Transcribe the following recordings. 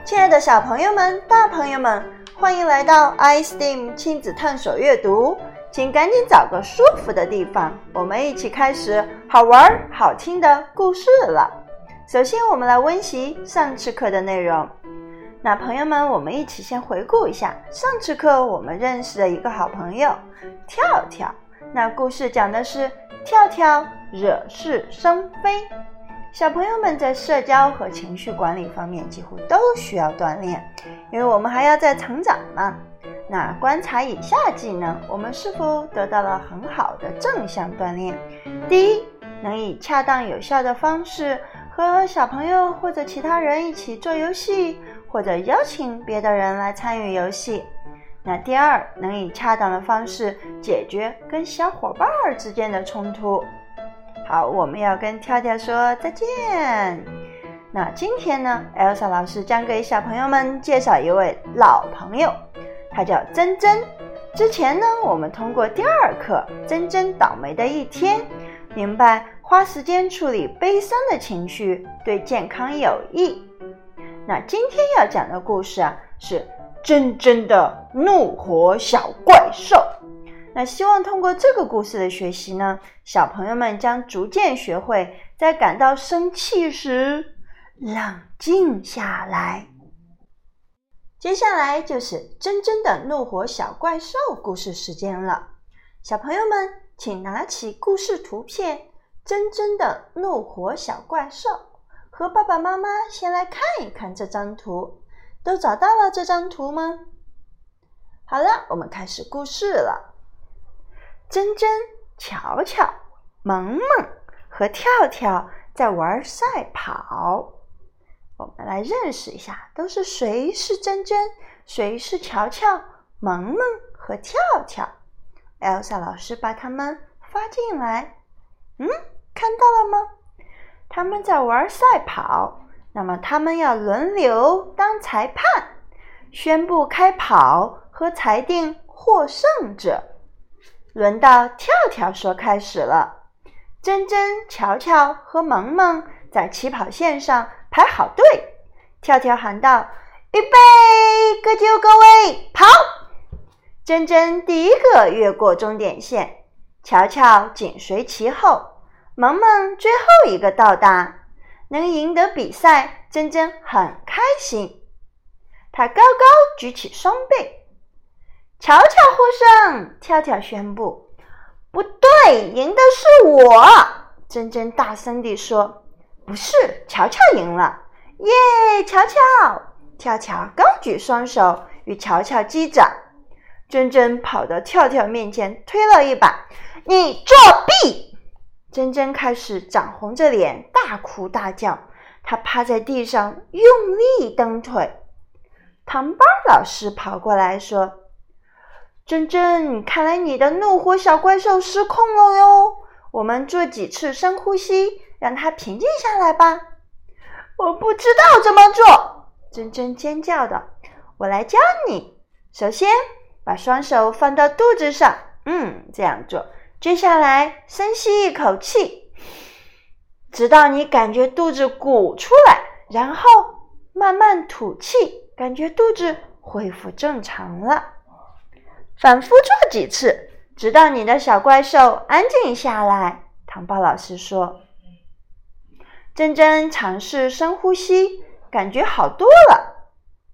亲爱的小朋友们、大朋友们，欢迎来到 iSteam 亲子探索阅读，请赶紧找个舒服的地方，我们一起开始好玩好听的故事了。首先我们来温习上次课的内容。那朋友们，我们一起先回顾一下上次课我们认识的一个好朋友跳跳。那故事讲的是跳跳惹是生非。小朋友们在社交和情绪管理方面几乎都需要锻炼，因为我们还要再成长嘛。那观察以下技能，我们是否得到了很好的正向锻炼？第一，能以恰当有效的方式和小朋友或者其他人一起做游戏，或者邀请别的人来参与游戏。那第二，能以恰当的方式解决跟小伙伴之间的冲突。好，我们要跟跳跳说再见。那今天呢 Elsa 老师将给小朋友们介绍一位老朋友，他叫珍珍。之前呢，我们通过第二课珍珍倒霉的一天，明白花时间处理悲伤的情绪对健康有益。那今天要讲的故事是珍珍的怒火小怪兽。那希望通过这个故事的学习呢，小朋友们将逐渐学会在感到生气时冷静下来。接下来就是珍珍的怒火小怪兽故事时间了。小朋友们，请拿起故事图片珍珍的怒火小怪兽，和爸爸妈妈先来看一看这张图。都找到了这张图吗？好了，我们开始故事了。珍珍、巧巧、萌萌和跳跳在玩赛跑。我们来认识一下，都是谁是珍珍，谁是巧巧、萌萌和跳跳。Elsa 老师把他们发进来。看到了吗？他们在玩赛跑，那么他们要轮流当裁判，宣布开跑和裁定获胜者。轮到跳跳说开始了。珍珍、巧巧和萌萌在起跑线上排好队。跳跳喊道：预备，各就各位，跑！珍珍第一个越过终点线，巧巧紧随其后，萌萌最后一个到达。能赢得比赛，珍珍很开心。她高高举起双臂。巧巧获胜，跳跳宣布。不对，赢的是我，珍珍大声地说。不是，巧巧赢了。耶，巧巧！跳跳高举双手与巧巧击掌。珍珍跑到跳跳面前推了一把。你作弊！珍珍开始涨红着脸大哭大叫，她趴在地上用力蹬腿。唐班老师跑过来说，珍珍，看来你的怒火小怪兽失控了哟，我们做几次深呼吸，让它平静下来吧。我不知道怎么做，珍珍尖叫道。我来教你。首先把双手放到肚子上，这样做。接下来深吸一口气，直到你感觉肚子鼓出来，然后慢慢吐气，感觉肚子恢复正常了。反复做几次，直到你的小怪兽安静下来，唐宝老师说。珍珍尝试深呼吸，感觉好多了。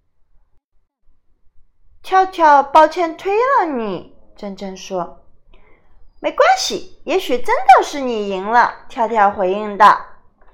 跳跳，抱歉推了你，珍珍说。没关系，也许真的是你赢了，跳跳回应道。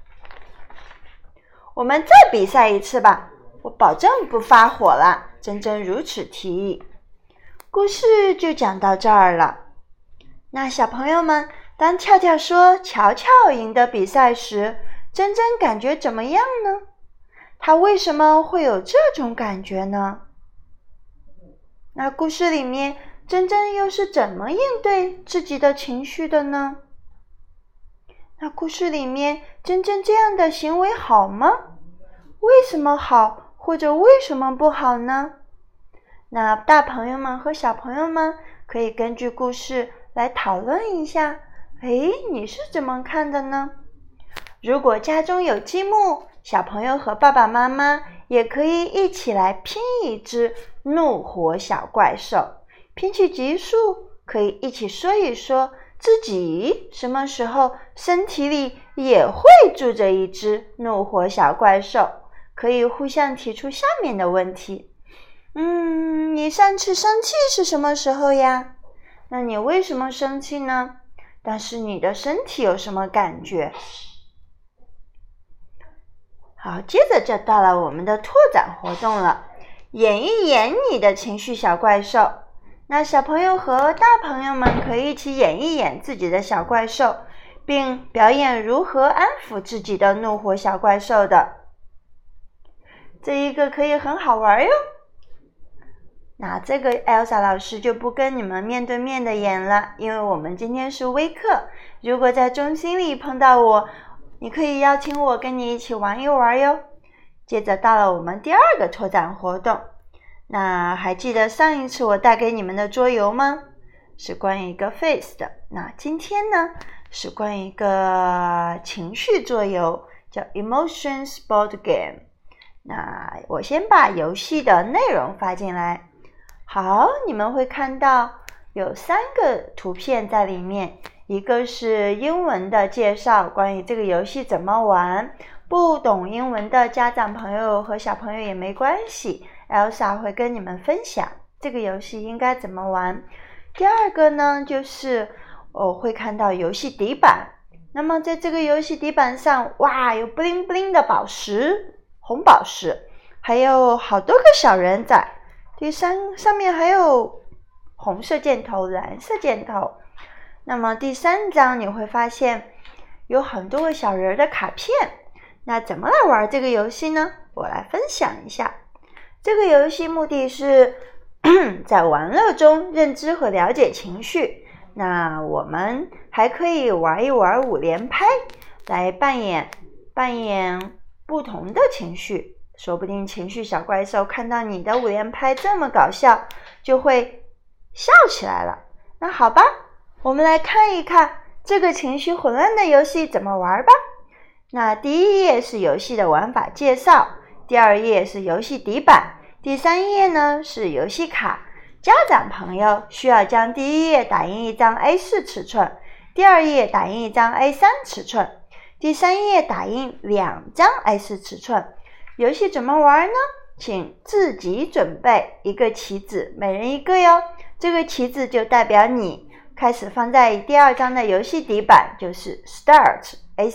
我们再比赛一次吧，我保证不发火了，珍珍如此提议。故事就讲到这儿了。那小朋友们，当跳跳说巧巧赢得比赛时，珍珍感觉怎么样呢？她为什么会有这种感觉呢？那故事里面珍珍又是怎么应对自己的情绪的呢？那故事里面珍珍这样的行为好吗？为什么好，或者为什么不好呢？那大朋友们和小朋友们可以根据故事来讨论一下，你是怎么看的呢？如果家中有积木，小朋友和爸爸妈妈也可以一起来拼一只怒火小怪兽，拼起集数，可以一起说一说自己什么时候身体里也会住着一只怒火小怪兽，可以互相提出下面的问题。你上次生气是什么时候呀？那你为什么生气呢？但是你的身体有什么感觉？好，接着就到了我们的拓展活动了，演一演你的情绪小怪兽。那小朋友和大朋友们可以一起演一演自己的小怪兽，并表演如何安抚自己的怒火小怪兽的。这一个可以很好玩哟。那这个 Elsa 老师就不跟你们面对面的演了，因为我们今天是微课。如果在中心里碰到我，你可以邀请我跟你一起玩一玩哟。接着到了我们第二个拓展活动，那还记得上一次我带给你们的桌游吗？是关于一个 face 的。那今天呢，是关于一个情绪桌游，叫 Emotions Board Game。那我先把游戏的内容发进来。好，你们会看到有3个图片在里面，一个是英文的介绍，关于这个游戏怎么玩，不懂英文的家长朋友和小朋友也没关系， Elsa 会跟你们分享这个游戏应该怎么玩。第二个呢，就是会看到游戏底板，那么在这个游戏底板上，哇，有 bling bling 的宝石，红宝石，还有好多个小人仔。上面还有红色箭头、蓝色箭头。那么第3章你会发现有很多个小人的卡片。那怎么来玩这个游戏呢？我来分享一下。这个游戏目的是在玩乐中认知和了解情绪。那我们还可以玩一玩5连拍，来扮演不同的情绪。说不定情绪小怪兽看到你的5连拍这么搞笑，就会笑起来了。那好吧，我们来看一看这个情绪混乱的游戏怎么玩吧。那第1页是游戏的玩法介绍，第2页是游戏底板，第3页呢是游戏卡。家长朋友需要将第1页打印一张 A4 尺寸，第2页打印一张 A3 尺寸，第3页打印2张 A4 尺寸。游戏怎么玩呢？请自己准备一个棋子，每人一个哟。这个棋子就代表你，开始放在第2章的游戏底板，就是 Start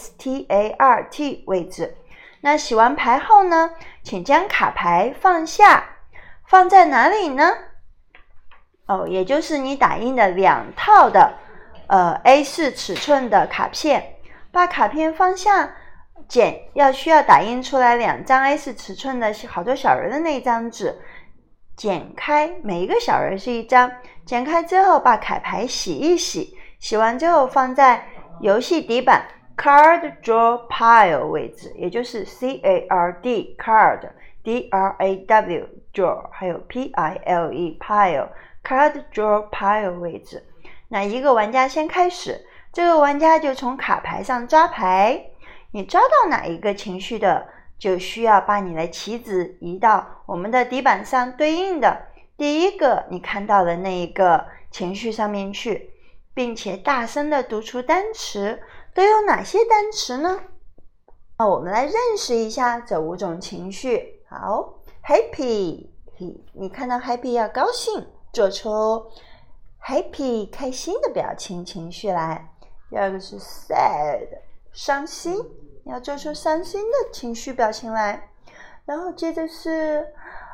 START 位置。那洗完牌后呢，请将卡牌放下，放在哪里呢？也就是你打印的2套的A4 尺寸的卡片，把卡片放下。需要打印出来2张 A4 尺寸的好多小人的那张纸，剪开，每一个小人是1张，剪开之后把卡牌洗一洗，洗完之后放在游戏底板 Card Draw Pile 位置，也就是 CARD Card DRAW Draw 还有 PILE Pile Card Draw Pile 位置。那一个玩家先开始，这个玩家就从卡牌上抓牌，你抓到哪一个情绪的，就需要把你的棋子移到我们的底板上对应的第1个你看到的那一个情绪上面去，并且大声的读出单词。都有哪些单词呢？那我们来认识一下这5种情绪。好， Happy， 你看到 Happy 要高兴，做出 Happy 开心的表情情绪来。第2个是 Sad， 伤心，要做出伤心的情绪表情来。然后接着是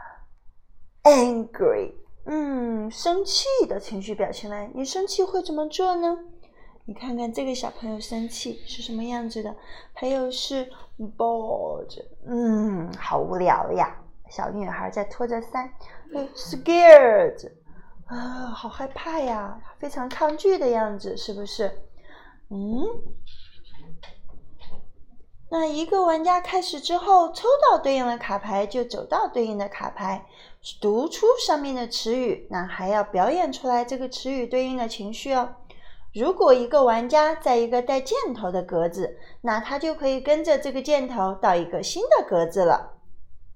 Angry， 生气的情绪表情来。你生气会怎么做呢？你看看这个小朋友生气是什么样子的。还有是 Bored， 好无聊呀，小女孩在拖着伞。Scared， 好害怕呀，非常抗拒的样子，是不是？那一个玩家开始之后，抽到对应的卡牌就走到对应的卡牌，读出上面的词语，那还要表演出来这个词语对应的情绪哦。如果一个玩家在一个带箭头的格子，那他就可以跟着这个箭头到一个新的格子了。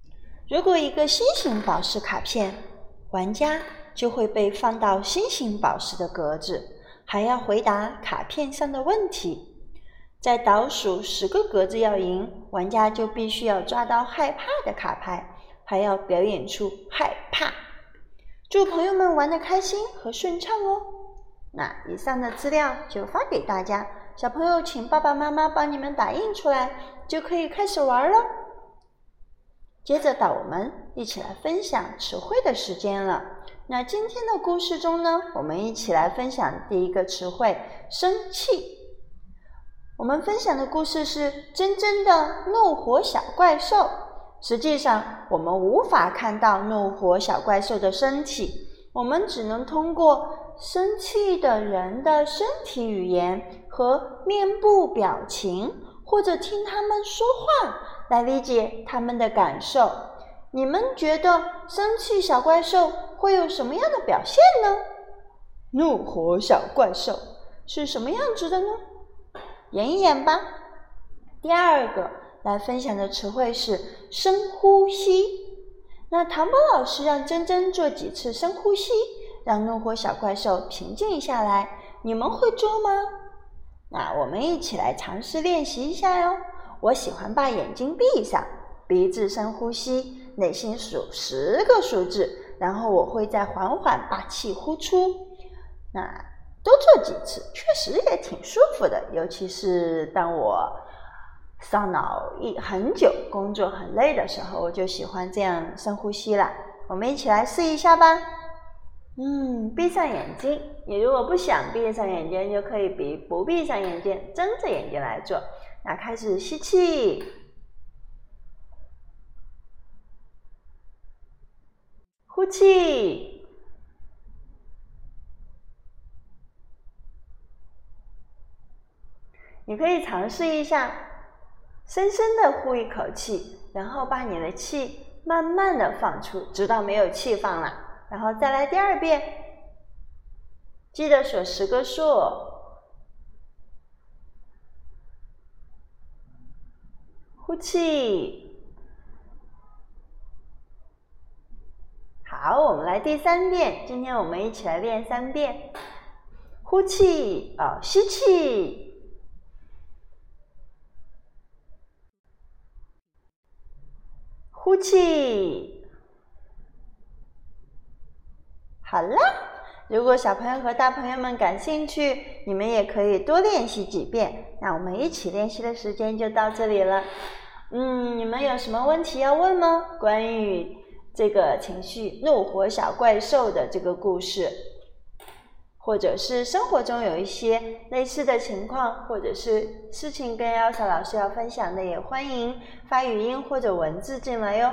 如果一个心形宝石卡片，玩家就会被放到心形宝石的格子，还要回答卡片上的问题。在倒数10个格子要赢，玩家就必须要抓到害怕的卡牌，还要表演出害怕。祝朋友们玩得开心和顺畅哦。那以上的资料就发给大家，小朋友请爸爸妈妈帮你们打印出来，就可以开始玩了。接着到我们一起来分享词汇的时间了。那今天的故事中呢，我们一起来分享第一个词汇，生气。我们分享的故事是珍珍的怒火小怪兽。实际上，我们无法看到怒火小怪兽的身体，我们只能通过生气的人的身体语言和面部表情，或者听他们说话来理解他们的感受。你们觉得生气小怪兽会有什么样的表现呢？怒火小怪兽是什么样子的呢？演一演吧。第二个来分享的词汇是深呼吸。那糖宝老师让珍珍做几次深呼吸，让怒火小怪兽平静下来。你们会做吗？那我们一起来尝试练习一下哟。我喜欢把眼睛闭上，鼻子深呼吸，内心数10个数字，然后我会再缓缓把气呼出。那多做几次，确实也挺舒服的，尤其是当我烧脑很久，工作很累的时候，我就喜欢这样深呼吸了。我们一起来试一下吧。闭上眼睛，你如果不想闭上眼睛，就可以不闭上眼睛，睁着眼睛来做。那开始吸气，呼气，你可以尝试一下，深深的呼一口气，然后把你的气慢慢的放出，直到没有气放了。然后再来第二遍，记得数10个数，呼气。好，我们来第3遍，今天我们一起来练3遍。呼气，吸气，呼气。好了，如果小朋友和大朋友们感兴趣，你们也可以多练习几遍。那我们一起练习的时间就到这里了。你们有什么问题要问吗？关于这个情绪怒火小怪兽的这个故事，或者是生活中有一些类似的情况，或者是事情跟Elsa老师要分享的，也欢迎发语音或者文字进来哟。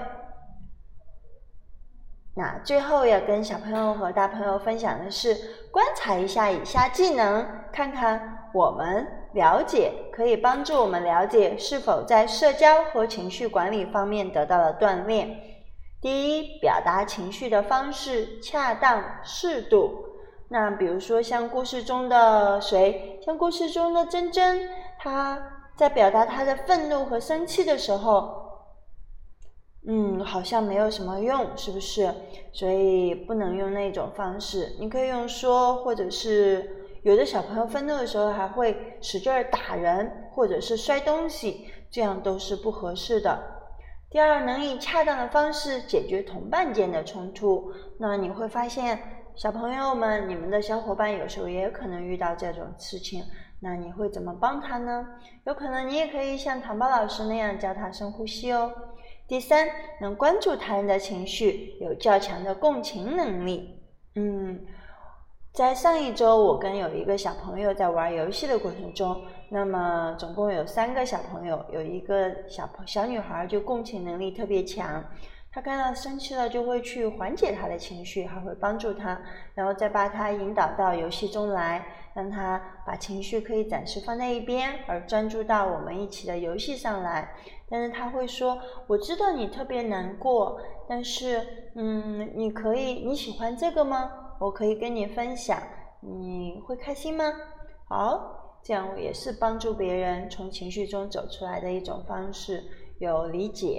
那最后要跟小朋友和大朋友分享的是，观察一下以下技能，看看我们可以帮助我们了解是否在社交和情绪管理方面得到了锻炼。第一，表达情绪的方式恰当适度。那比如说像故事中的珍珍，她在表达她的愤怒和生气的时候，好像没有什么用，是不是？所以不能用那种方式。你可以用说，或者是有的小朋友愤怒的时候还会使劲打人，或者是摔东西，这样都是不合适的。第二，能以恰当的方式解决同伴间的冲突。那你会发现，小朋友们，你们的小伙伴有时候也可能遇到这种事情，那你会怎么帮他呢？有可能你也可以像糖宝老师那样教他深呼吸哦。第三，能关注他人的情绪，有较强的共情能力。在上一周，我跟有一个小朋友在玩游戏的过程中，那么总共有3个小朋友，有一个小女孩就共情能力特别强，她看到生气了就会去缓解她的情绪，还会帮助她，然后再把她引导到游戏中来，让她把情绪可以暂时放在一边，而专注到我们一起的游戏上来。但是她会说，我知道你特别难过，但是你喜欢这个吗？我可以跟你分享，你会开心吗？好，这样也是帮助别人从情绪中走出来的一种方式，有理解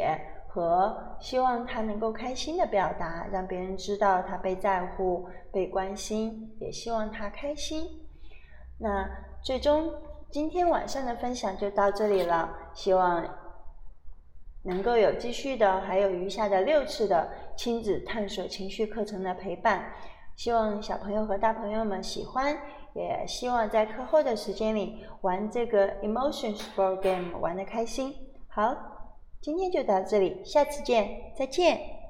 和希望他能够开心的表达，让别人知道他被在乎、被关心，也希望他开心。那最终今天晚上的分享就到这里了，希望能够有继续的，还有余下的6次的亲子探索情绪课程的陪伴。希望小朋友和大朋友们喜欢，也希望在课后的时间里玩这个 Emotions Board Game 玩得开心。好，今天就到这里，下次见，再见。